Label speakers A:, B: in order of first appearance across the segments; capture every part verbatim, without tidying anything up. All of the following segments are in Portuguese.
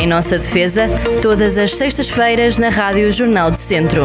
A: Em nossa defesa, todas as sextas-feiras na Rádio Jornal do Centro.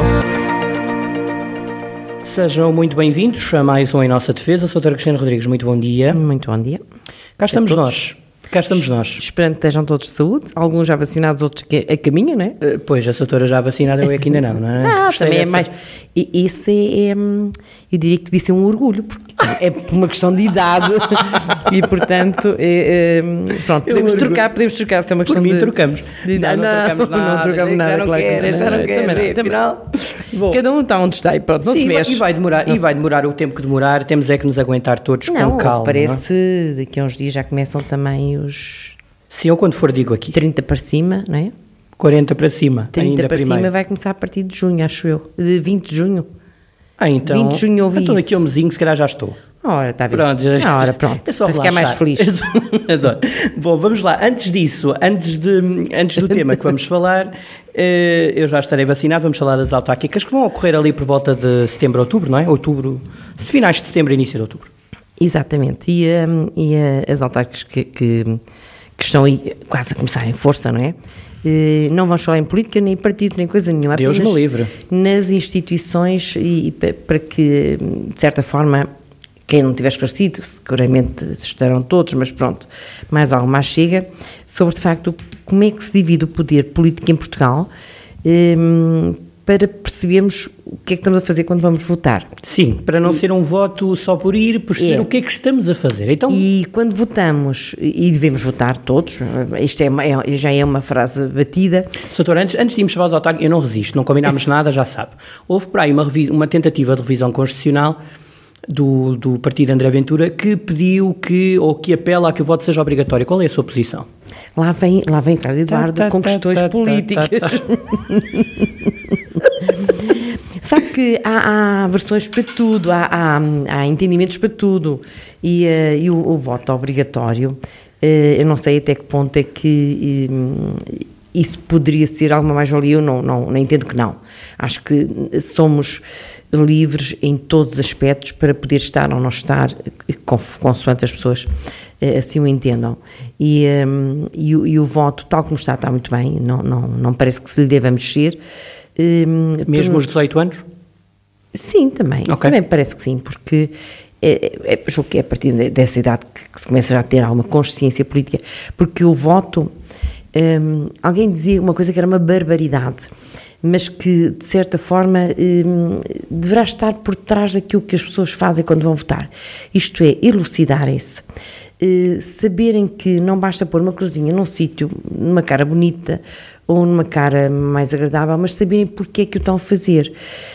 B: Sejam muito bem-vindos a mais um Em Nossa Defesa. Sou doutora Cristina Rodrigues, muito bom dia.
C: Muito bom dia.
B: Cá estamos nós. Cá estamos nós.
C: Esperando que estejam todos de saúde, alguns já vacinados, outros que a caminho, não é?
B: Uh, pois, a doutora já vacinada, eu é que ainda não, não é?
C: Ah,
B: Gostei
C: também
B: dessa.
C: é mais... E, isso é, é, eu diria que devia ser um orgulho, porque é por uma questão de idade e, portanto, é, é, pronto, podemos
B: Eu
C: trocar, podemos trocar, se é uma
B: Por
C: questão
B: mim
C: de...
B: trocamos.
C: de idade.
B: Não, não trocamos
C: Não,
B: nada.
C: não trocamos nada,
B: já não
C: claro que
B: quero,
C: não.
B: já não quero,
C: Também não, também
B: afinal.
C: não. Cada um está onde está e pronto, não
B: Sim,
C: se mexe.
B: e vai demorar, e vai demorar o tempo que demorar, temos é que nos aguentar todos
C: Não,
B: com calma.
C: parece,
B: não é?
C: daqui a uns dias já começam também os
B: Sim, eu quando for digo aqui,
C: trinta para cima, não é?
B: quarenta para cima,
C: trinta
B: ainda
C: para
B: primeiro.
C: cima vai começar a partir de junho, acho eu, de vinte de junho.
B: Ah, então,
C: vinte de junho ouvi
B: então
C: isso.
B: daqui a um mesinho, se calhar já estou.
C: Ora, está bem.
B: Pronto, já-
C: Na hora, pronto.
B: É só
C: para ficar mais
B: relaxar.
C: feliz.
B: Adoro. Bom, vamos lá. Antes disso, antes, de, antes do tema que vamos falar, eh, eu já estarei vacinado. Vamos falar das autárquicas que vão ocorrer ali por volta de setembro, outubro, não é? Outubro, finais de setembro, início de outubro.
C: Exatamente. E, hum, e uh, as autárquicas que, que, que estão aí quase a começar em força, não é? Eh, não vamos falar em política, nem em partido, nem coisa nenhuma.
B: Deus
C: apenas
B: me livre.
C: Nas instituições e, e pa- para que, de certa forma, quem não tiver esclarecido, seguramente estarão todos, mas pronto, mais algo mais chega, sobre de facto como é que se divide o poder político em Portugal, hum, para percebermos o que é que estamos a fazer quando vamos votar.
B: Sim, para não ser um voto só por ir, perceber
C: É.
B: o que é que estamos a fazer. Então,
C: E quando votamos, e devemos votar todos, isto é, uma- é- já é uma frase batida,
B: doutor, antes, antes de irmos para os autárquicos, eu não resisto, não combinámos nada, já sabe. Houve por aí uma, revi- uma tentativa de revisão constitucional do, do partido André Ventura que pediu que, ou que apela a que o voto seja obrigatório. Qual é a sua posição?
C: lá vem, lá vem Carlos Eduardo
B: Tá, tá,
C: com
B: tá,
C: questões
B: tá, tá,
C: políticas.
B: tá, tá.
C: Sabe que há, há versões para tudo, há, há, há entendimentos para tudo, e, eh, e o, o voto obrigatório, eh, eu não sei até que ponto é que eh, isso poderia ser alguma mais-valia, eu não, não, não entendo que não. Acho que somos livres em todos os aspectos para poder estar ou não estar, con- consoante as pessoas eh, assim o entendam. E, eh, e, o, e o voto, tal como está, está muito bem, não, não, não parece que se lhe deva mexer. eh,
B: Mesmo
C: por-
B: os dezoito anos?
C: Sim, também.
B: Ok.
C: Também parece que sim, porque é, é, julgo que é a partir de- dessa idade que, que se começa já a ter alguma consciência política, porque o voto, hum, alguém dizia uma coisa que era uma barbaridade, mas que, de certa forma, hum, deverá estar por trás daquilo que as pessoas fazem quando vão votar. Isto é, elucidarem-se, eh, saberem que não basta pôr uma cruzinha num sítio, numa cara bonita ou numa cara mais agradável, mas saberem porque é que o estão a fazer.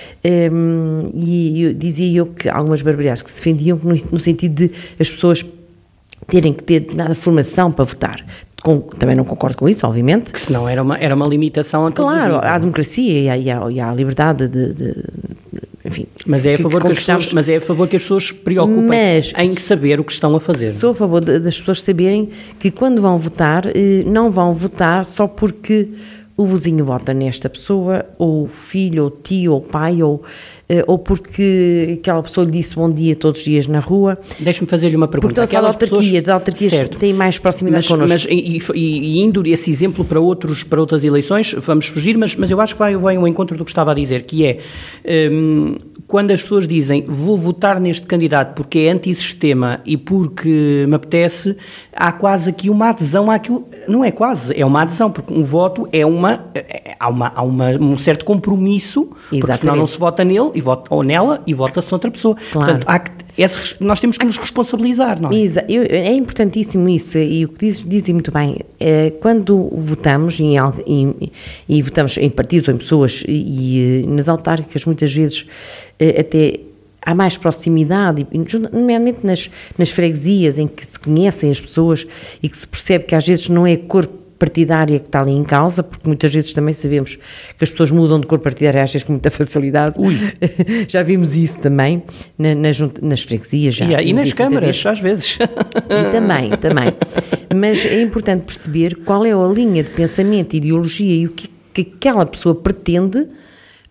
C: Um, e eu, dizia eu que algumas barbaridades que se defendiam no, no sentido de as pessoas terem que ter determinada formação para votar. Com, também não concordo com isso, obviamente.
B: Que senão era uma, era uma limitação a todos os
C: Claro,
B: níveis,
C: há
B: não é?
C: democracia e há, e há, e há a liberdade de, de, de enfim.
B: Mas é, a favor que as
C: conquistamos.
B: pessoas, mas é a favor que as pessoas se preocupem
C: Mas-
B: em saber o que estão a fazer.
C: Sou a favor de- das pessoas saberem que quando vão votar, eh, não vão votar só porque o vizinho vota nesta pessoa, ou o filho, ou o tio, ou o pai, ou, eh, ou porque aquela pessoa lhe disse bom dia todos os dias na rua.
B: Deixe-me fazer-lhe uma pergunta.
C: Porque ele fala de
B: Aquelas
C: autarquias,
B: pessoas-
C: as autarquias
B: Certo.
C: têm mais proximidade
B: Mas,
C: connosco.
B: mas e, e- e indo esse exemplo para, outros, para outras eleições, vamos fugir, mas, mas eu acho que vai, vai ao encontro do que estava a dizer, que é, hum, quando as pessoas dizem vou votar neste candidato porque é antissistema e porque me apetece, há quase aqui uma adesão àquilo, não é quase, é uma adesão, porque um voto é uma, é- há, uma, há uma, um certo compromisso, porque senão
C: Exatamente.
B: não se vota nele e vota, ou nela e vota-se noutra pessoa.
C: Claro.
B: Portanto, há que, esse, nós temos que nos responsabilizar, não é?
C: Exa- eu- é importantíssimo isso, e o que diz, dizem muito bem, é, quando votamos em, al- em- e votamos em partidos ou em pessoas, e, e nas autárquicas muitas vezes eh, até há mais proximidade, e, nomeadamente nas, nas freguesias em que se conhecem as pessoas e que se percebe que às vezes não é a cor partidária que está ali em causa, porque muitas vezes também sabemos que as pessoas mudam de cor partidária às vezes com muita facilidade. Já vimos isso também na- nas, jun- nas freguesias. Já
B: E, e
C: vimos
B: nas
C: isso muita
B: câmaras,
C: vez.
B: às vezes.
C: E também, também. Mas é importante perceber qual é a linha de pensamento, ideologia e o que, que aquela pessoa pretende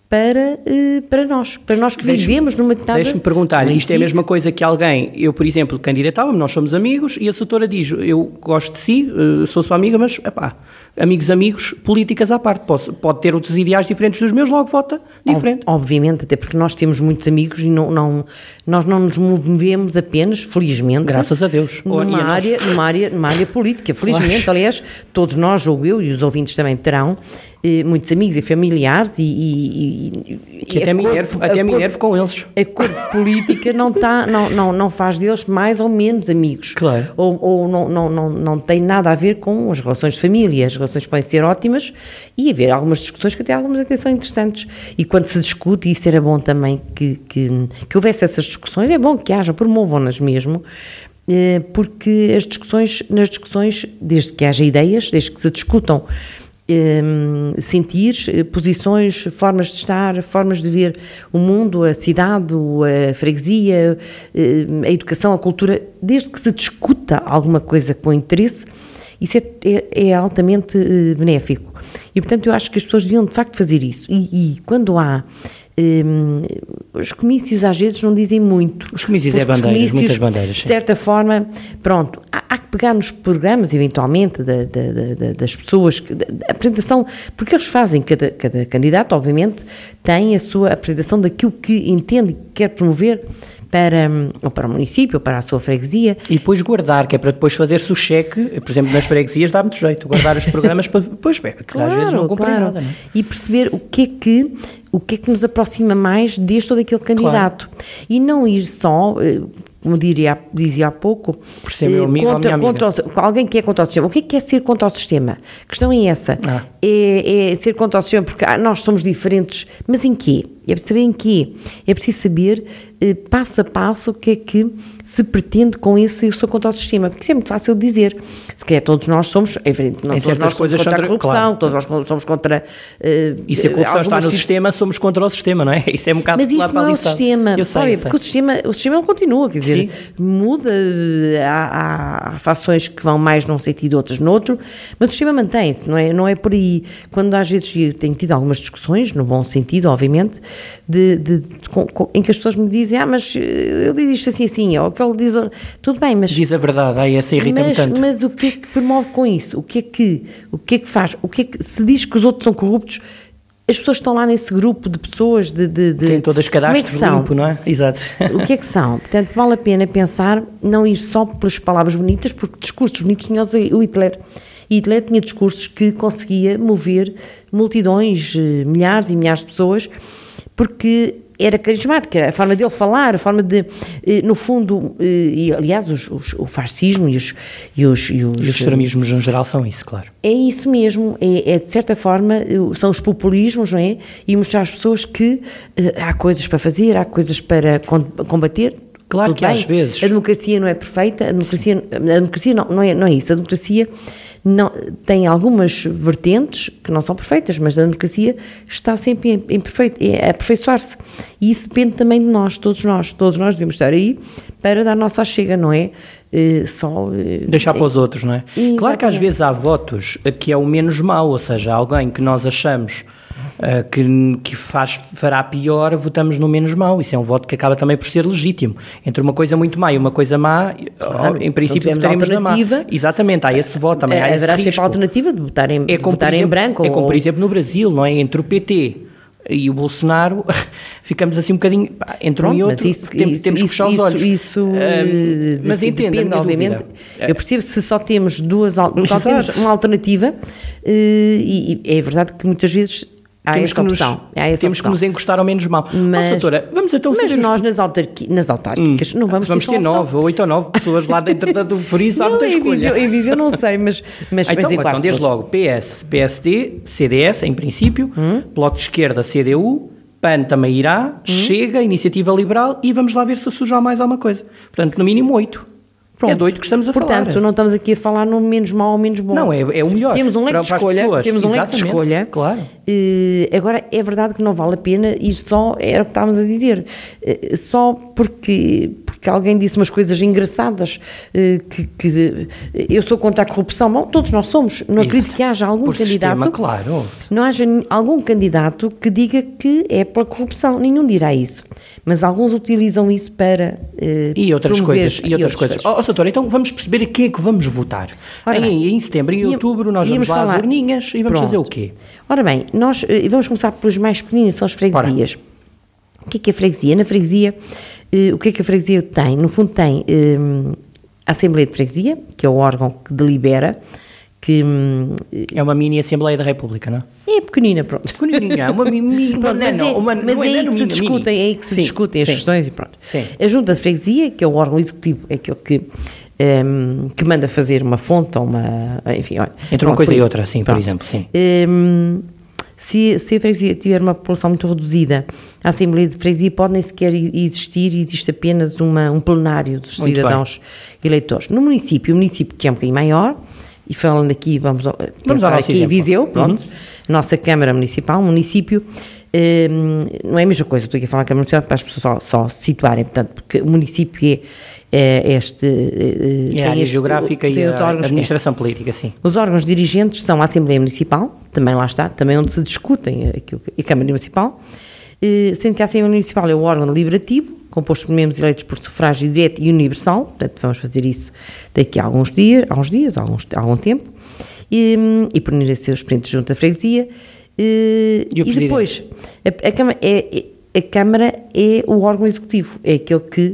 C: para, para nós, para nós que vivemos numa determinada...
B: Deixe-me perguntar, isto é a mesma coisa que alguém, eu por exemplo, candidatava-me, nós somos amigos, e a doutora diz, eu gosto de si, sou sua amiga, mas, epá, amigos, amigos, políticas à parte, pode, pode ter outros ideais diferentes dos meus, logo vota diferente.
C: Obviamente, até porque nós temos muitos amigos e não, não, nós não nos movemos apenas, felizmente...
B: Graças a Deus.
C: Numa, área, numa, área, numa área política, felizmente, claro. Aliás, todos nós, ou eu e os ouvintes também terão, eh, muitos amigos e familiares e... e
B: que até me nervo, até me nervo com eles.
C: A cor política não, tá, não, não, não faz deles mais ou menos amigos.
B: Claro.
C: Ou, ou não, não, não, não tem nada a ver com as relações de família. As relações podem ser ótimas e haver algumas discussões que até algumas até são interessantes. E quando se discute, e isso era bom também que, que, que houvesse essas discussões, é bom que haja, promovam-nas mesmo, porque as discussões, nas discussões, desde que haja ideias, desde que se discutam sentir, posições, formas de estar, formas de ver o mundo, a cidade, a freguesia, a educação, a cultura, desde que se discuta alguma coisa com interesse, isso é, é, é altamente benéfico. E, portanto, eu acho que as pessoas deviam, de facto, fazer isso. E, e quando há... Um, os comícios às vezes não dizem muito.
B: Os comícios é bandeiras, comícios, muitas bandeiras.
C: Sim. De certa forma, pronto, há, há que pegar nos programas, eventualmente, da, da, da, das pessoas, da, da apresentação, porque eles fazem, cada, cada candidato, obviamente, tem a sua apresentação daquilo que entende e quer promover para, ou para o município, ou para a sua freguesia.
B: E depois guardar, que é para depois fazer-se o cheque, por exemplo, nas freguesias dá muito jeito, guardar os programas para depois, é, que claro, às vezes não cumprem
C: claro.
B: nada. Não é?
C: E perceber o que é que, o que é que nos aproxima mais deste ou daquele candidato. Claro. E não ir só, como diria, dizia há pouco,
B: por ser meu amigo
C: contra,
B: ou minha amiga.
C: Contra, alguém que é contra o sistema. O que é que é ser contra o sistema? A questão é essa.
B: Ah.
C: É, é ser contra o sistema porque ah, nós somos diferentes, mas em quê? É preciso saber em quê? É preciso saber, eh, passo a passo, o que é que se pretende com esse eu sou contra o sistema, porque isso é muito fácil de dizer. Se calhar todos nós somos, é evidente, não, todos nós somos contra a corrupção, claro. Todos nós somos contra...
B: Eh, e se a corrupção está no si... sistema, somos contra o sistema, não é? Isso é um bocado...
C: Mas isso não é o sistema,
B: eu sei,
C: sabe,
B: eu sei.
C: Porque o sistema, o sistema não continua, quer dizer, Sim. muda, há, há, há fações que vão mais num sentido, outras noutro, mas o sistema mantém-se, não é, não é por aí. Quando às vezes eu tenho tido algumas discussões, no bom sentido, obviamente, de, de, de, com, com, em que as pessoas me dizem, ah, mas ele diz isto assim, assim, ou que ele diz, tudo bem, mas...
B: Diz a verdade, aí essa irrita-me tanto.
C: Mas o que é que promove com isso? O que é que, o que é que faz? O que é que, se diz que os outros são corruptos, as pessoas estão lá nesse grupo de pessoas de... de, de
B: Tem todas cadastros
C: como é que
B: limpo, não é? Exato.
C: O que é que são? Portanto, vale a pena pensar, não ir só pelas palavras bonitas, porque discursos bonitos tinha o Hitler. E Hitler tinha discursos que conseguia mover multidões, milhares e milhares de pessoas, porque era carismático, a forma dele falar, a forma de, no fundo, e aliás, os, os, o fascismo e os... E os, e os,
B: e os extremismos em geral são isso, claro.
C: É isso mesmo, é, é de certa forma, são os populismos, não é? E mostrar às pessoas que há coisas para fazer, há coisas para combater.
B: Claro que
C: bem.
B: Às vezes...
C: A democracia não é perfeita, a democracia, a democracia não, não, é, não é isso, a democracia... Não, tem algumas vertentes que não são perfeitas, mas a democracia está sempre em, em perfeito, a aperfeiçoar-se. E isso depende também de nós, todos nós. Todos nós devemos estar aí para dar a nossa chega, não é? Uh, só... Uh,
B: Deixar para os outros, não é?
C: Exatamente.
B: Claro que às vezes há votos que é o menos mau, ou seja, alguém que nós achamos... Uh, que, que faz, fará pior, votamos no menos mau. Isso é um voto que acaba também por ser legítimo. Entre uma coisa muito má e uma coisa má, claro, em princípio votaremos na má. Exatamente, há esse voto também. Há esse
C: haverá
B: risco.
C: sempre a alternativa de votar em,
B: é como,
C: votar
B: exemplo,
C: em branco.
B: É como,
C: ou...
B: por exemplo, no Brasil, não é? Entre o P T e o Bolsonaro, ficamos assim um bocadinho pá, entre
C: Pronto,
B: um e outro,
C: isso,
B: temos,
C: isso,
B: temos que fechar os
C: isso,
B: olhos.
C: Isso,
B: um, mas entenda,
C: depende, obviamente.
B: Dúvida.
C: Eu percebo se só temos duas, só temos uma alternativa, e, e é verdade que muitas vezes há
B: temos
C: essa
B: que
C: opção.
B: Nos,
C: há essa
B: temos
C: opção.
B: que nos encostar ao menos mal.
C: Mas,
B: Nossa, doutora, vamos então
C: mas
B: saber...
C: nós
B: os...
C: nas, autarqui, nas autárquicas hum, não vamos,
B: vamos ter, ter nove, oito ou nove pessoas lá dentro da... Por isso há
C: não,
B: muita
C: em
B: escolha.
C: Viseu, em Viseu não sei, mas... mas
B: então,
C: mas
B: então desde logo, P S, P S D, C D S, em princípio, hum? Bloco de Esquerda, C D U, P A N também irá, hum? Chega, Iniciativa Liberal, e vamos lá ver se surge mais alguma coisa. Portanto, no mínimo oito. Pronto. É de oito que estamos a
C: Portanto,
B: falar.
C: Portanto, não estamos aqui a falar no menos mau ou menos bom.
B: Não, é, é o melhor.
C: Temos um leque de escolha. Temos um leque de escolha.
B: Claro.
C: Uh, agora, é verdade que não vale a pena ir só, era o que estávamos a dizer, uh, só porque, porque alguém disse umas coisas engraçadas, que, que eu sou contra a corrupção. Bom, todos nós somos. Não acredito Exato. Que haja algum Por candidato,
B: sistema, claro.
C: não haja algum candidato que diga que é pela corrupção. Nenhum dirá isso. Mas alguns utilizam isso para uh,
B: e outras coisas. E outras, e outras coisas. Ó, oh, doutora, então vamos perceber a quem é que vamos votar. Ora em, bem, em setembro e em outubro nós vamos lá falar, às urninhas e vamos pronto. Fazer o quê?
C: Ora bem, nós vamos começar pelos mais pequeninos, são as freguesias. Ora. O que é que é a freguesia? Na freguesia, uh, o que é que a freguesia tem? No fundo tem uh, a Assembleia de Freguesia, que é o órgão que delibera, que... Um,
B: é uma mini Assembleia da República, não é?
C: É pequenina, pronto.
B: Pequenininha, uma mini...
C: Pronto, mas é, uma, mas é, é aí que se discutem, é aí que se sim, discutem as sim. questões e pronto. Sim. A Junta de Freguesia, que é o órgão executivo, é aquele que, um, que manda fazer uma fonte ou uma... Enfim, olha...
B: Entre uma coisa e outra, sim, por exemplo, sim.
C: Um, Se, se a freguesia tiver uma população muito reduzida, a Assembleia de Freguesia pode nem sequer existir, existe apenas uma, um plenário dos muito cidadãos bem. Eleitores. No município, o município que é um bocadinho maior, e falando aqui, vamos, vamos pensar aqui em Viseu, pronto, uhum. nossa Câmara Municipal, o município, um, não é a mesma coisa, estou aqui a falar da Câmara Municipal para as pessoas só, só se situarem, portanto, porque o município é É este,
B: é a área este, geográfica e a órgãos, administração é. Política, sim.
C: Os órgãos dirigentes são a Assembleia Municipal, também lá está, também onde se discutem aquilo, a Câmara Municipal, sendo que a Assembleia Municipal é o órgão deliberativo, composto por membros eleitos por sufrágio direto e universal, portanto vamos fazer isso daqui a alguns dias, há uns dias, há, alguns, há algum tempo, e, e por unir a seus presidentes de junta de freguesia, e, e, e depois a, a, Câmara é, a Câmara é o órgão executivo, é aquele que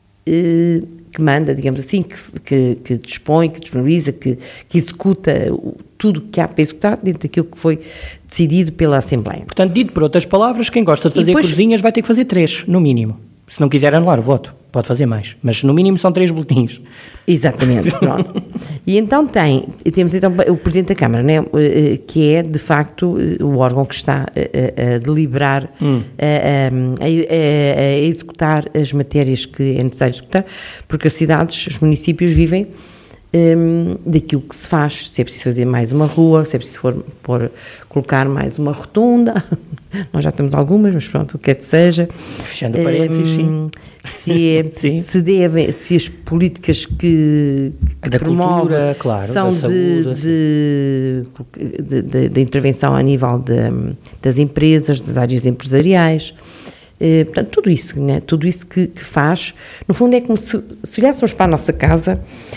C: que manda, digamos assim, que, que, que dispõe, que disponibiliza, que, que executa tudo o que há para executar dentro daquilo que foi decidido pela Assembleia.
B: Portanto, dito por outras palavras, quem gosta de fazer depois, cruzinhas vai ter que fazer três, no mínimo. Se não quiser anular o voto, pode fazer mais. Mas no mínimo são três boletins.
C: Exatamente, pronto. E então tem, temos então o Presidente da Câmara, né, que é de facto o órgão que está a, a deliberar, hum. a, a, a, a executar as matérias que é necessário executar, porque as cidades, os municípios vivem um, daquilo que se faz, se é preciso fazer mais uma rua, se é preciso for, por, colocar mais uma rotunda, nós já temos algumas, mas pronto, o que quer que seja.
B: Fechando um, parênteses, sim.
C: Se, é, sim. se devem, se as políticas que, que promovem claro, são de, saúde, de, de, de, de intervenção a nível de, das empresas, das áreas empresariais, eh, portanto, tudo isso, né? Tudo isso que, que faz, no fundo é como se, se olhássemos para a nossa casa,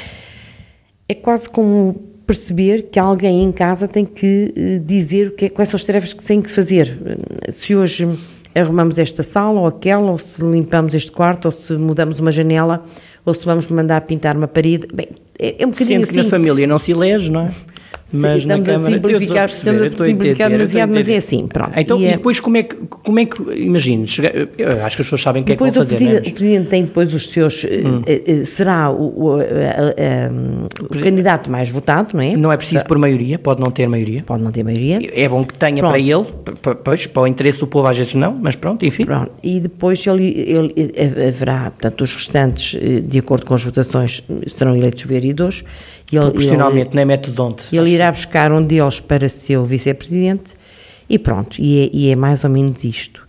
C: é quase como perceber que alguém em casa tem que uh, dizer o que é, quais são as tarefas que têm que fazer. Se hoje arrumamos esta sala ou aquela, ou se limpamos este quarto, ou se mudamos uma janela, ou se vamos mandar pintar uma parede. Bem, é, é um bocadinho
B: Sendo
C: assim.
B: que na família não se elege, não é?
C: Mas estamos a simplificar, estamos a simplificar demasiado, mas é assim, pronto.
B: Então, e, e depois como é que, como é que imagino, eu acho que as pessoas sabem o que é que vão fazer,
C: Presidente,
B: não é?
C: O Presidente tem depois os seus, hum. será o, o, a, a, o, o candidato mais votado, não é?
B: Não é preciso por maioria, pode não ter maioria.
C: Pode não ter maioria.
B: É bom que tenha pronto. Para ele, pois, para o interesse do povo às vezes não, mas pronto, enfim.
C: Pronto. E depois ele, ele haverá, portanto, os restantes, de acordo com as votações, serão eleitos vereadores. Ele,
B: proporcionalmente, ele, nem método de onde.
C: Ele irá buscar um deles para ser o vice-presidente e pronto, e é, e é mais ou menos isto.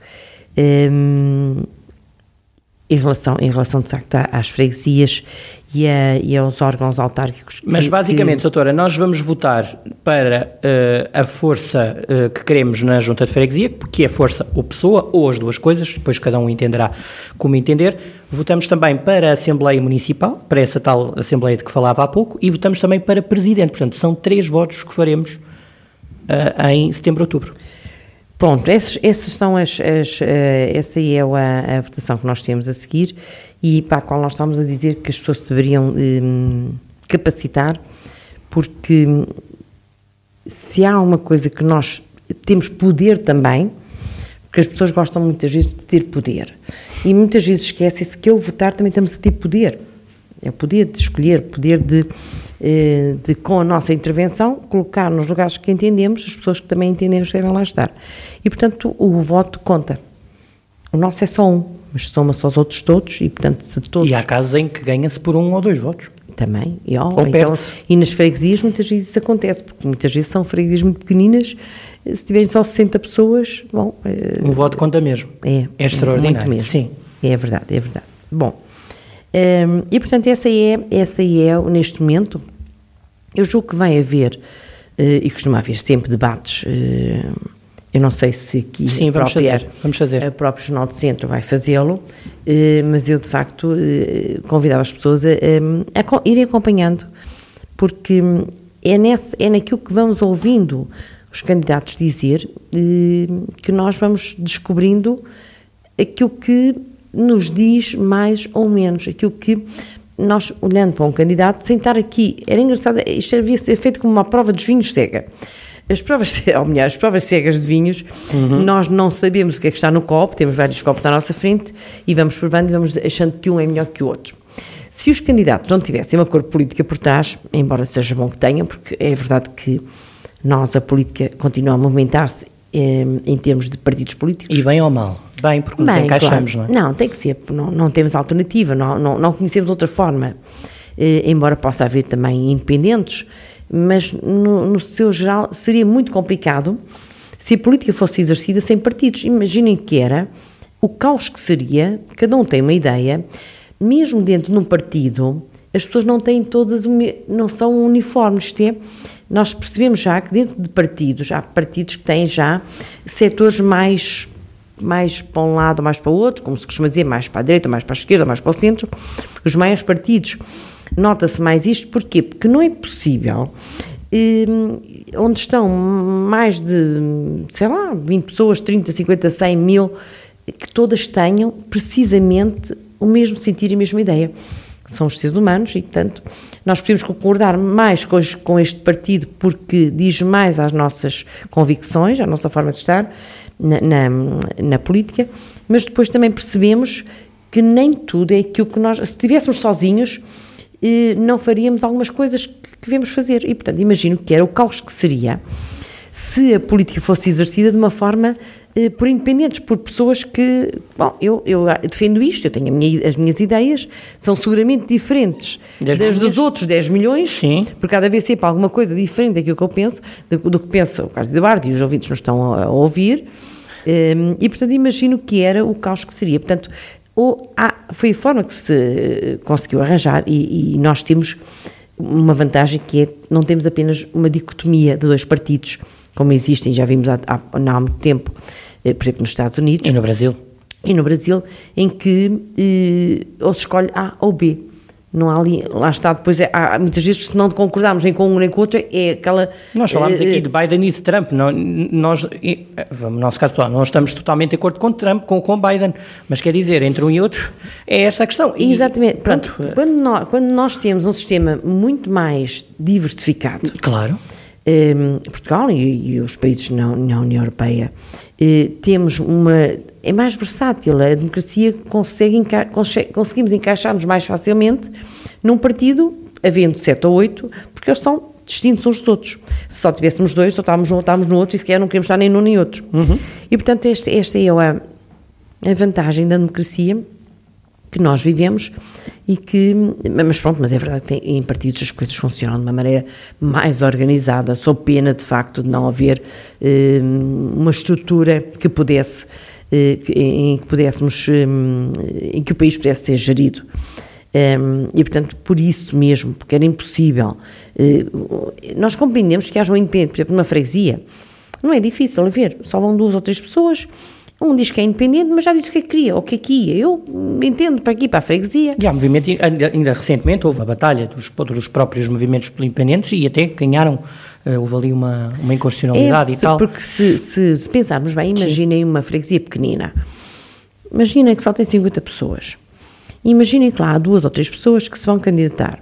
C: Um, em, relação, em relação, de facto, às freguesias e, a, e aos órgãos autárquicos. Que,
B: Mas, basicamente, que... doutora, nós vamos votar para uh, a força uh, que queremos na Junta de Freguesia, que é força ou pessoa, ou as duas coisas, depois cada um entenderá como entender. Votamos também para a Assembleia Municipal, para essa tal Assembleia de que falava há pouco, e votamos também para Presidente. Portanto, são três votos que faremos uh, em setembro, outubro.
C: Pronto, essas, essas são as, as, uh, essa é a, a votação que nós temos a seguir e para a qual nós estamos a dizer que as pessoas se deveriam um, capacitar, porque se há uma coisa que nós temos poder também, porque as pessoas gostam muitas vezes de ter poder e muitas vezes esquecem-se que ao votar também estamos a ter poder, é o poder de escolher, o poder de, de, com a nossa intervenção, colocar nos lugares que entendemos, as pessoas que também entendemos que devem lá estar. E, portanto, o voto conta. O nosso é só um, mas soma-se aos outros todos e, portanto, se todos...
B: E há casos em que ganha-se por um ou dois votos.
C: Também. E, oh, então, e nas freguesias muitas vezes isso acontece, porque muitas vezes são freguesias muito pequeninas, se tiverem só sessenta pessoas, bom...
B: Um voto conta mesmo.
C: É.
B: É extraordinário.
C: Muito mesmo.
B: Sim.
C: É verdade, é verdade. Bom... Um, e, portanto, essa é, essa é, neste momento, eu julgo que vai haver, uh, e costuma haver sempre debates, uh, eu não sei se aqui
B: Sim,
C: a,
B: vamos
C: própria,
B: fazer, vamos fazer.
C: a própria Jornal do Centro vai fazê-lo, uh, mas eu, de facto, uh, convidava as pessoas a, a, a irem acompanhando, porque é, nesse, é naquilo que vamos ouvindo os candidatos dizer uh, que nós vamos descobrindo aquilo que nos diz mais ou menos, aquilo que nós, olhando para um candidato, sem estar aqui, era engraçado, isto devia ser feito como uma prova dos vinhos cega. As provas, ou melhor, as provas cegas de vinhos, uhum. Nós não sabemos o que é que está no copo, temos vários copos à nossa frente e vamos provando e vamos achando que um é melhor que o outro. Se os candidatos não tivessem uma cor política por trás, embora seja bom que tenham, porque é verdade que nós, a política, continua a movimentar-se eh, em termos de partidos políticos.
B: E bem ou mal? Bem, porque nos Bem, encaixamos, claro. Não é?
C: Não, tem que ser, não, não temos alternativa, não, não, não conhecemos outra forma, eh, embora possa haver também independentes, mas no, no seu geral seria muito complicado se a política fosse exercida sem partidos. Imaginem que era o caos que seria, cada um tem uma ideia, mesmo dentro de um partido, as pessoas não têm todas, não são uniformes, isto é, nós percebemos já que dentro de partidos, há partidos que têm já setores mais, mais para um lado, mais para o outro, como se costuma dizer, mais para a direita, mais para a esquerda, mais para o centro, os maiores partidos. Nota-se mais isto, porquê? Porque não é possível, eh, onde estão mais de, sei lá, vinte pessoas, trinta, cinquenta, cem mil, que todas tenham precisamente o mesmo sentir e a mesma ideia. São os seres humanos e, portanto, nós podemos concordar mais com, com este partido porque diz mais às nossas convicções, à nossa forma de estar na, na, na política, mas depois também percebemos que nem tudo é aquilo que nós, se estivéssemos sozinhos, não faríamos algumas coisas que devemos fazer. E, portanto, imagino que era o caos que seria se a política fosse exercida de uma forma eh, por independentes, por pessoas que, bom, eu, eu defendo isto, eu tenho a minha, as minhas ideias, são seguramente diferentes das dos outros dez milhões,
B: Sim.
C: Porque cada vez sempre alguma coisa diferente daquilo que eu penso, do, do que pensa o Carlos Eduardo e os ouvintes nos estão a, a ouvir, eh, e, portanto, imagino que era o caos que seria. Portanto, ou há, foi a forma que se conseguiu arranjar e, e nós temos uma vantagem que é, não temos apenas uma dicotomia de dois partidos, como existem, já vimos há, há, há muito tempo, eh, por exemplo, nos Estados Unidos.
B: E no Brasil.
C: E no Brasil, em que eh, ou se escolhe A ou B. Não há ali, lá está, depois é, há muitas vezes, se não concordarmos nem com um nem com o outro, é aquela...
B: Nós falámos uh, aqui de Biden e de Trump, não, nós, no nosso caso, não estamos totalmente de acordo com Trump, com, com Biden, mas quer dizer, entre um e outro, é essa a questão. E,
C: exatamente, pronto, quando nós, quando nós temos um sistema muito mais diversificado...
B: Claro.
C: Um, Portugal e, e os países na, na União Europeia, uh, temos uma... é mais versátil, a democracia consegue, enca, consegue conseguimos encaixar-nos mais facilmente num partido, havendo sete ou oito, porque eles são distintos uns dos outros. Se só tivéssemos dois, só estávamos um ou estávamos no outro, e sequer não queremos estar nem num nem outro. Uhum. E, portanto, este, esta é a, a vantagem da democracia que nós vivemos e que, mas pronto, mas é verdade que tem, em partidos as coisas funcionam de uma maneira mais organizada, sob pena de facto de não haver eh, uma estrutura que pudesse, eh, em que pudéssemos, eh, em que o país pudesse ser gerido. Eh, e portanto, por isso mesmo, porque era impossível, eh, nós compreendemos que haja um independente, por exemplo, numa freguesia, não é difícil a ver, só vão duas ou três pessoas. Um diz que é independente, mas já disse o que é que queria, ou o que é que ia. Eu entendo para aqui, para a freguesia.
B: E há movimentos, ainda, ainda recentemente houve a batalha dos, dos próprios movimentos independentes e até ganharam, uh, houve ali uma, uma inconstitucionalidade
C: é,
B: e tal.
C: Porque se, se, se pensarmos bem, imaginem Sim. uma freguesia pequenina. Imaginem que só tem cinquenta pessoas. Imaginem que lá há duas ou três pessoas que se vão candidatar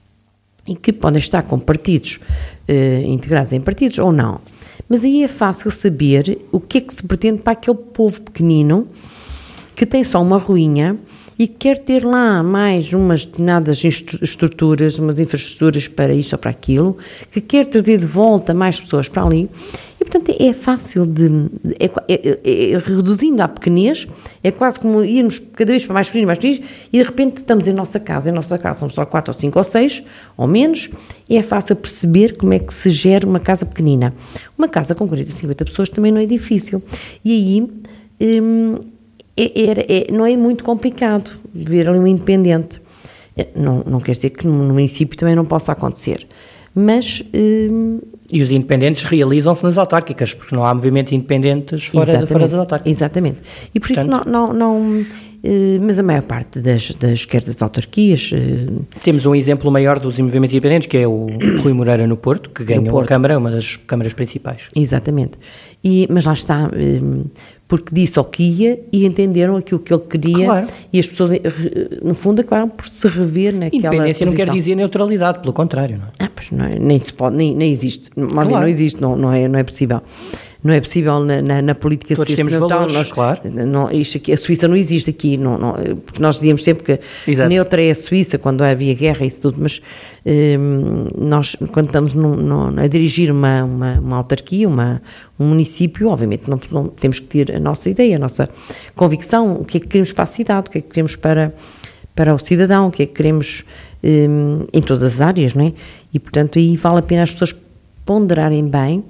C: e que podem estar com partidos, uh, integrados em partidos ou não. Mas aí é fácil saber o que é que se pretende para aquele povo pequenino que tem só uma ruinha e quer ter lá mais umas determinadas estruturas, umas infraestruturas para isto ou para aquilo, que quer trazer de volta mais pessoas para ali. E, portanto, é fácil de... É, é, é, é, reduzindo à pequenez, é quase como irmos cada vez para mais pequeninos, mais pequeninos, e de repente estamos em nossa casa. Em nossa casa somos só quatro ou cinco ou seis, ou menos, e é fácil perceber como é que se gera uma casa pequenina. Uma casa com quarenta, cinquenta pessoas também não é difícil. E aí... Hum, É, é, é, não é muito complicado ver ali um independente. Não, não quer dizer que no município também não possa acontecer, mas... Hum,
B: e os independentes realizam-se nas autárquicas, porque não há movimentos independentes fora, de, fora das autárquicas.
C: Exatamente. E por
B: Portanto,
C: isso não... não, não Uh, mas a maior parte das, das, quer das autarquias... Uh,
B: temos um exemplo maior dos movimentos independentes, que é o Rui Moreira no Porto, que ganhou a Câmara, uma das câmaras principais.
C: Exatamente. E, mas lá está, um, porque disse ao que ia e entenderam aquilo que ele queria,
B: claro.
C: E as pessoas, no fundo, acabaram por se rever naquela
B: Independência
C: posição.
B: Não quer dizer neutralidade, pelo contrário. Não é?
C: Ah, pois não é, nem se pode, nem, nem existe.
B: Claro.
C: Não existe, não, não, é, não é possível. Não é possível na, na, na política
B: Todos temos valores,
C: nós,
B: claro.
C: Não, isto aqui, a Suíça não existe aqui, não, não, porque nós dizíamos sempre que
B: Exato.
C: Neutra é a Suíça, quando havia guerra e isso tudo, mas hum, nós, quando estamos num, num, a dirigir uma, uma, uma autarquia, uma, um município, obviamente não, não temos que ter a nossa ideia, a nossa convicção, o que é que queremos para a cidade, o que é que queremos para, para o cidadão, o que é que queremos hum, em todas as áreas, não é? E, portanto, aí vale a pena as pessoas ponderarem bem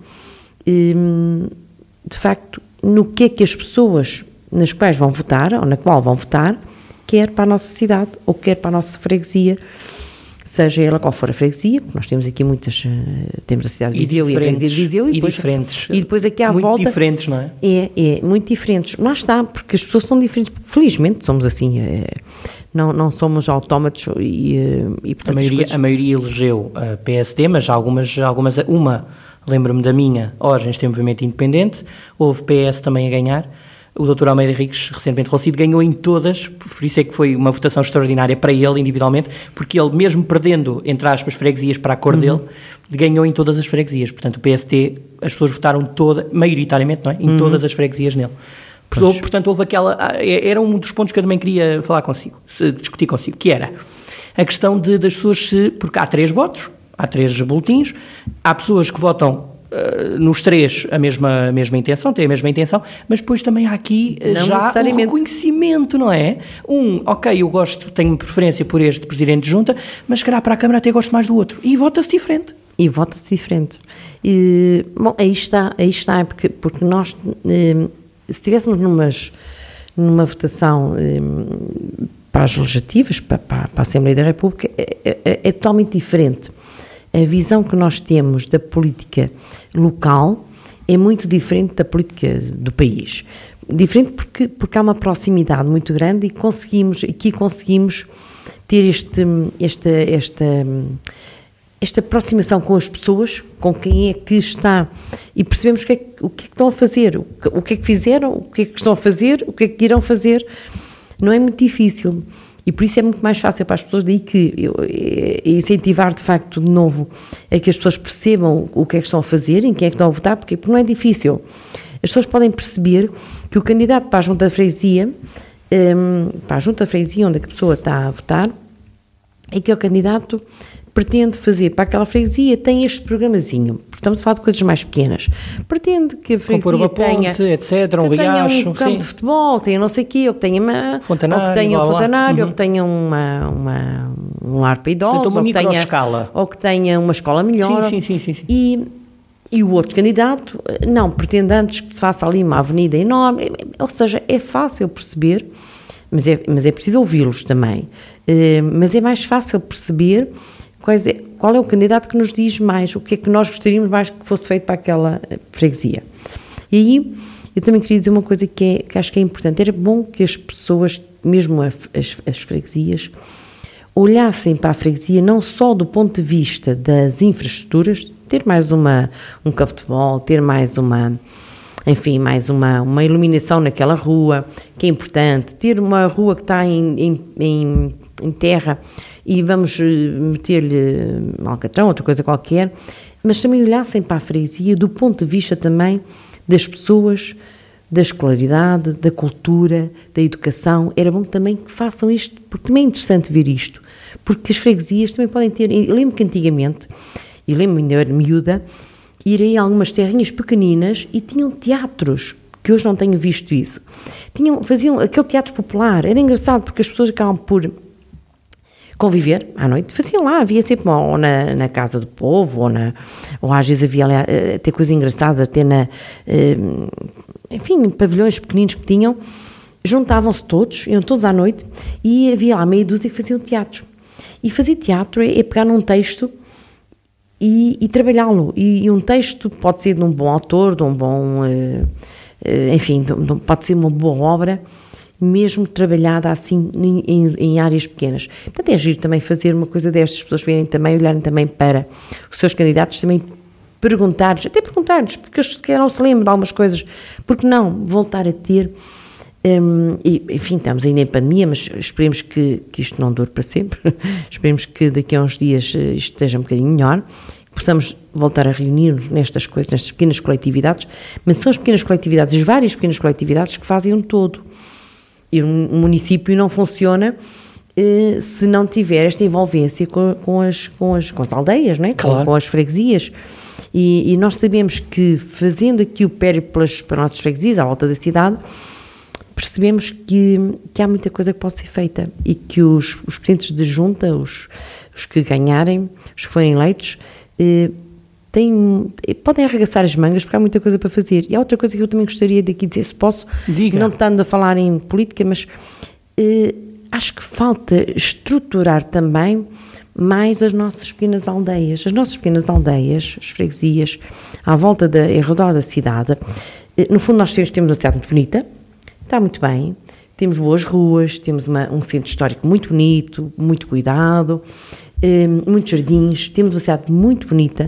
C: de facto, no que é que as pessoas nas quais vão votar, ou na qual vão votar, quer para a nossa cidade, ou quer para a nossa freguesia, seja ela qual for a freguesia, porque nós temos aqui muitas, temos a cidade de Viseu e a freguesia de Viseu, e,
B: e
C: depois,
B: diferentes,
C: e depois aqui à
B: muito
C: volta...
B: Muito diferentes, não é?
C: É, é, muito diferentes. Lá está, porque as pessoas são diferentes, felizmente somos assim, é, não, não somos autómatos e, e portanto...
B: A maioria,
C: coisas...
B: a maioria elegeu a P S D, mas algumas, algumas uma... Lembro-me da minha, Orgens tem movimento independente, houve P S também a ganhar, o doutor Almeida Henriques, recentemente falecido, ganhou em todas, por isso é que foi uma votação extraordinária para ele individualmente, porque ele, mesmo perdendo, entre aspas, freguesias para a cor uhum. dele, ganhou em todas as freguesias, portanto o P S T, as pessoas votaram toda, maioritariamente, não é? Em uhum. todas as freguesias nele. Pois. Portanto, houve aquela, era um dos pontos que eu também queria falar consigo, discutir consigo, que era a questão de, das pessoas se, porque há três votos, há três boletins, há pessoas que votam uh, nos três a mesma, a mesma intenção, têm a mesma intenção, mas depois também há aqui uh, já um reconhecimento, não é? Um, ok, eu gosto, tenho preferência por este presidente de junta, mas se calhar para a Câmara até gosto mais do outro. E vota-se diferente.
C: E vota-se diferente. E, bom, aí está, aí está, porque, porque nós, eh, se estivéssemos numas, numa votação eh, para as legislativas, para, para, para a Assembleia da República, é, é, é totalmente diferente. A visão que nós temos da política local é muito diferente da política do país. Diferente porque, porque há uma proximidade muito grande e conseguimos, aqui conseguimos ter este, esta, esta, esta aproximação com as pessoas, com quem é que está, e percebemos o que é que, o que, é que estão a fazer, o que, o que é que fizeram, o que é que estão a fazer, o que é que irão fazer. Não é muito difícil. E por isso é muito mais fácil para as pessoas, daí que eu, é, é incentivar de facto de novo a que as pessoas percebam o que é que estão a fazer, em quem é que estão a votar, porque, porque não é difícil. As pessoas podem perceber que o candidato para a junta de freguesia, um, para a junta de freguesia onde a pessoa está a votar, é que o candidato pretende fazer para aquela freguesia, tem este programazinho, porque estamos a falar de coisas mais pequenas, pretende que a freguesia
B: uma
C: tenha,
B: ponte, etc, um
C: que tenha
B: riacho,
C: um campo
B: sim.
C: de futebol, tenha não sei o quê, ou que tenha uma
B: fontanário,
C: ou que tenha um
B: blá, blá.
C: fontanário,
B: Uhum.
C: ou que tenha uma, uma, um lar para idosos,
B: Portanto, uma
C: ou, que tenha,
B: microescala.
C: ou que tenha uma escola melhor.
B: Sim, sim, sim, sim, sim.
C: E, e o outro candidato, não, pretende antes que se faça ali uma avenida enorme, ou seja, é fácil perceber, mas é, mas é preciso ouvi-los também, mas é mais fácil perceber quais é, qual é o candidato que nos diz mais, o que é que nós gostaríamos mais que fosse feito para aquela freguesia. E aí, eu também queria dizer uma coisa que, é, que acho que é importante, era bom que as pessoas, mesmo as, as freguesias, olhassem para a freguesia não só do ponto de vista das infraestruturas, ter mais uma, um campo de futebol, ter mais uma, enfim, mais uma, uma iluminação naquela rua, que é importante, ter uma rua que está em, em, em, em terra e vamos meter-lhe alcatrão, outra coisa qualquer, mas também olhassem para a freguesia do ponto de vista também das pessoas, da escolaridade, da cultura, da educação. Era bom também que façam isto, porque também é interessante ver isto, porque as freguesias também podem ter, eu lembro que antigamente, e lembro-me ainda era miúda, irei a algumas terrinhas pequeninas e tinham teatros, que hoje não tenho visto isso. Tinham, faziam aquele teatro popular, era engraçado porque as pessoas acabam por conviver à noite, faziam lá, havia sempre ou na, na casa do povo, ou, na, ou às vezes havia ali, até coisas engraçadas, até na, enfim, pavilhões pequeninos que tinham, juntavam-se todos, iam todos à noite, e havia lá meia dúzia que faziam teatro. E fazer teatro é, é pegar num texto e, e trabalhá-lo. E, e um texto pode ser de um bom autor, de um bom... Uh, uh, enfim, de, de, pode ser uma boa obra, mesmo trabalhada assim em, em, em áreas pequenas. Portanto, é giro também fazer uma coisa destas, as pessoas verem também, olharem também para os seus candidatos, também perguntar-lhes, até perguntar-lhes, porque eles sequer não se lembram de algumas coisas, porque não voltar a ter, um, e, enfim, estamos ainda em pandemia, mas esperemos que, que isto não dure para sempre, esperemos que daqui a uns dias isto esteja um bocadinho melhor, que possamos voltar a reunir-nos nestas coisas, nestas pequenas coletividades, mas são as pequenas coletividades, as várias pequenas coletividades que fazem um todo. E um município não funciona eh, se não tiver esta envolvência com, com, as, com, as, com as aldeias, não é?
B: Claro.
C: com, com as freguesias. E, e nós sabemos que, fazendo aqui o périplo para as nossas freguesias, à volta da cidade, percebemos que, que há muita coisa que pode ser feita e que os, os presidentes de junta, os, os que ganharem, os que forem eleitos, eh, têm, podem arregaçar as mangas porque há muita coisa para fazer. E há outra coisa que eu também gostaria de aqui dizer, se posso,
B: Diga.
C: Não estando a falar em política, mas eh, acho que falta estruturar também mais as nossas pequenas aldeias. As nossas pequenas aldeias, as freguesias, à volta da, em redor da cidade. No fundo, nós temos, temos uma cidade muito bonita, está muito bem, temos boas ruas, temos uma, um centro histórico muito bonito, muito cuidado, eh, muitos jardins, temos uma cidade muito bonita,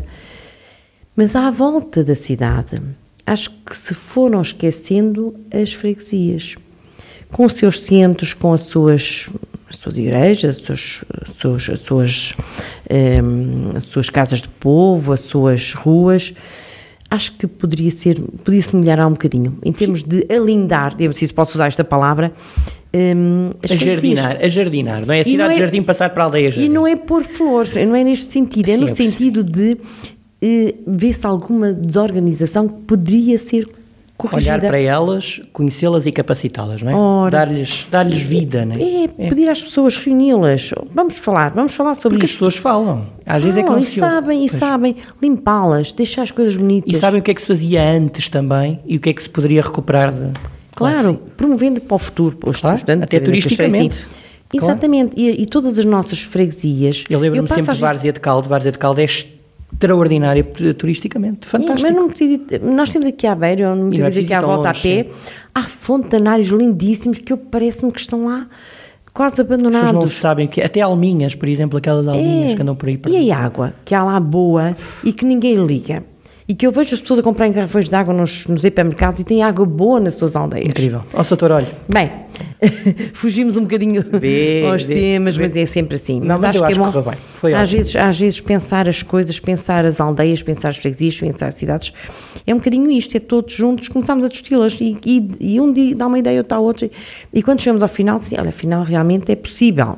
C: mas à volta da cidade, acho que se foram esquecendo as freguesias, com os seus centros, com as suas... as suas igrejas, as suas, as suas, as suas, um, as suas casas de povo, as suas ruas, acho que poderia ser, podia-se melhorar um bocadinho, em termos de alindar, se posso usar esta palavra, um, as
B: a jardinar, a jardinar, não é? A cidade de é, jardim passar para a aldeia jardim.
C: E não é pôr flores, não é neste sentido, é Sim, no sentido de uh, ver se alguma desorganização poderia ser corrigida.
B: Olhar para elas, conhecê-las e capacitá-las, não é? Ora, dar-lhes, dar-lhes vida, não é?
C: É, pedir às pessoas, reuni-las, vamos falar, vamos falar sobre
B: Porque
C: isto.
B: Porque as pessoas falam, às vezes é que
C: não
B: não
C: se ouve. E sabem, e sabem limpá-las, deixar as coisas bonitas.
B: E sabem o que é que se fazia antes também e o que é que se poderia recuperar de...
C: Claro, claro promovendo para o futuro, para os
B: claro,
C: estudantes.
B: Até turisticamente.
C: Assim. Exatamente, claro. e, e todas as nossas freguesias...
B: Eu lembro-me sempre de Várzea de Calde, Várzea de Calde é extraordinária turisticamente, fantástico.
C: É, mas não preciso, nós temos aqui à beira, muitas vezes aqui à volta longe, a pé, sim. Há fontanários lindíssimos que eu parece-me que estão lá quase abandonados. As
B: pessoas não sabem, que até alminhas, por exemplo, aquelas alminhas é, que andam por aí. Por
C: e a água, que há lá boa e que ninguém liga. E que eu vejo as pessoas a comprarem garrafões de água nos, nos hipermercados e têm água boa nas suas aldeias.
B: Incrível. Ó, doutor, olha.
C: Bem, fugimos um bocadinho vê, aos vê, temas, vê. Mas é sempre assim.
B: Não,
C: mas,
B: mas
C: acho
B: eu
C: que
B: acho
C: é bom,
B: que bem. Foi
C: às vezes, às vezes pensar as coisas, pensar as aldeias, pensar as freguesias, pensar as cidades, é um bocadinho isto, é todos juntos, começamos a discuti-las e, e, e um dia dá uma ideia, outro dá outra. E quando chegamos ao final, sim, olha, afinal realmente é possível.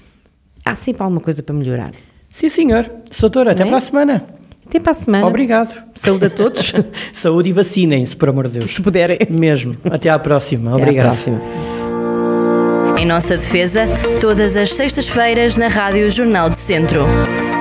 C: Há sempre alguma coisa para melhorar.
B: Sim, senhor. Doutor, até é? para a semana.
C: Até para a semana.
B: Obrigado.
C: Saúde a todos.
B: Saúde e vacinem-se, por amor de Deus.
C: Se puderem.
B: Mesmo. Até à próxima.
C: Até
B: Obrigado.
C: À próxima.
A: Em nossa defesa, todas as sextas-feiras na Rádio Jornal do Centro.